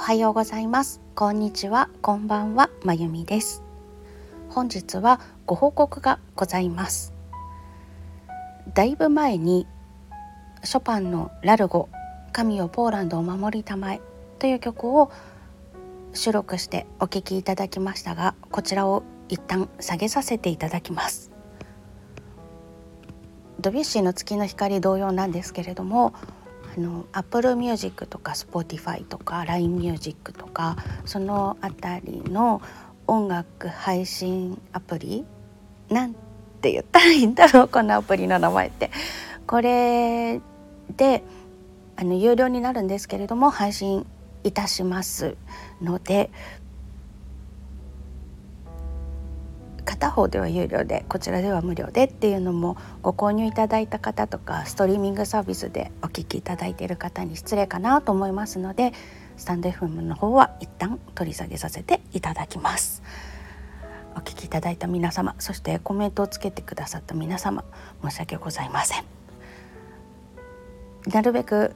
はようございます。こんにちは、こんばんは、まゆみです。本日はご報告がございます。だいぶ前にショパンのラルゴ、神よポーランドを守りたまえという曲を収録してお聴きいただきましたが、こちらを一旦下げさせていただきます。ドビュッシーの月の光同様なんですけれども、Apple Music とか Spotify とか LINE Music とかそのあたりの音楽配信アプリ、なんて言ったらいいんだろう、このアプリの名前って。これで有料になるんですけれども配信いたしますので、片方では有料でこちらでは無料でっていうのもご購入いただいた方とかストリーミングサービスでお聞きいただいている方に失礼かなと思いますので、スタンド FM の方は一旦取り下げさせていただきます。お聞きいただいた皆様、そしてコメントをつけてくださった皆様、申し訳ございません。なるべく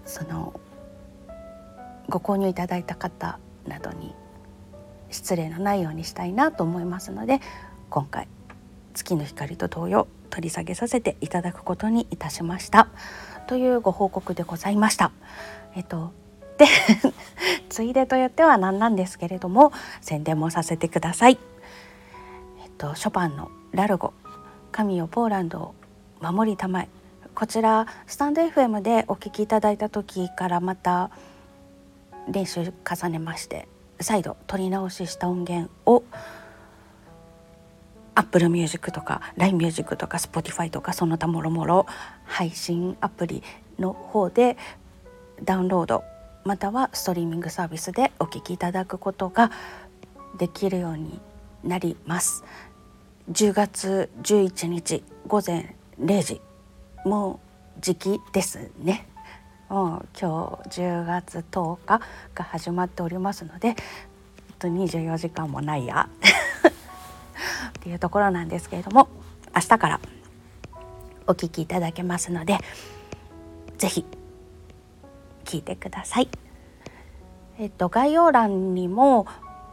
ご購入いただいた方などに失礼のないようにしたいなと思いますので、今回月の光と同様取り下げさせていただくことにいたしましたというご報告でございました。でついでと言ってはなんなんですけれども、宣伝もさせてください。ショパンのラルゴ、神よポーランドを守りたまえ、こちらスタンド FM でお聞きいただいた時からまた練習重ねまして、再度撮り直しした音源をApple Music とか LINE Music とか Spotify とかその他もろもろ配信アプリの方でダウンロード、またはストリーミングサービスでお聞きいただくことができるようになります。10月11日午前0時、もう時期ですね。もう今日10月10日が始まっておりますので、24時間もないやっていうところなんですけれども、明日からお聞きいただけますので、ぜひ聞いてください。概要欄にも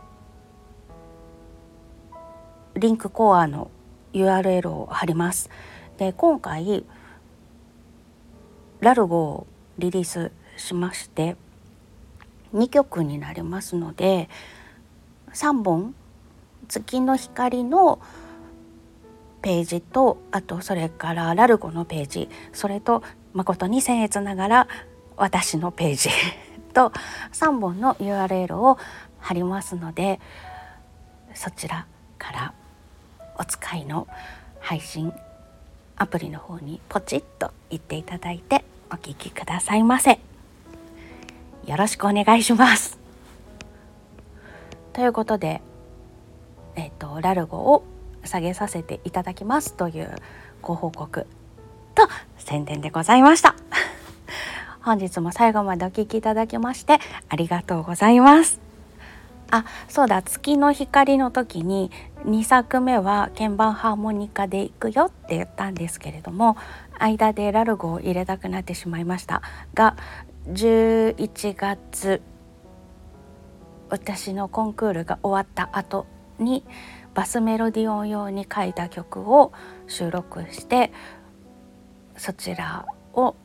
リンクコアの URL を貼ります。で、今回ラルゴをリリースしまして2曲になりますので、3本月の光のページと、あとそれからラルゴのページ、それと誠に僭越ながら私のページと3本の URL を貼りますので、そちらからお使いの配信アプリの方にポチッと行っていただいてお聞きくださいませ。よろしくお願いします。ということで、ラルゴを下げさせていただきますというご報告と宣伝でございました本日も最後までお聞きいただきましてありがとうございます。そうだ、月の光の時に2作目は鍵盤ハーモニカでいくよって言ったんですけれども、間でラルゴを入れたくなってしまいましたが、11月私のコンクールが終わった後にバスメロディオン用に書いた曲を収録して、そちらを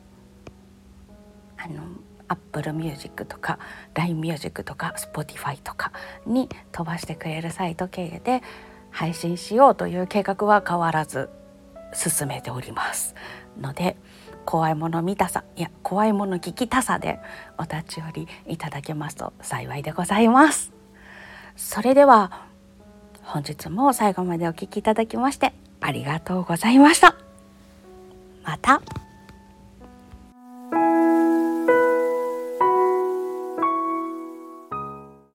Apple Music とか LINE Music とか Spotify とかに飛ばしてくれるサイト経由で配信しようという計画は変わらず進めておりますので、怖いもの見たさ、いや怖いもの聞きたさでお立ち寄りいただけますと幸いでございます。それでは本日も最後までお聞きいただきましてありがとうございました。また。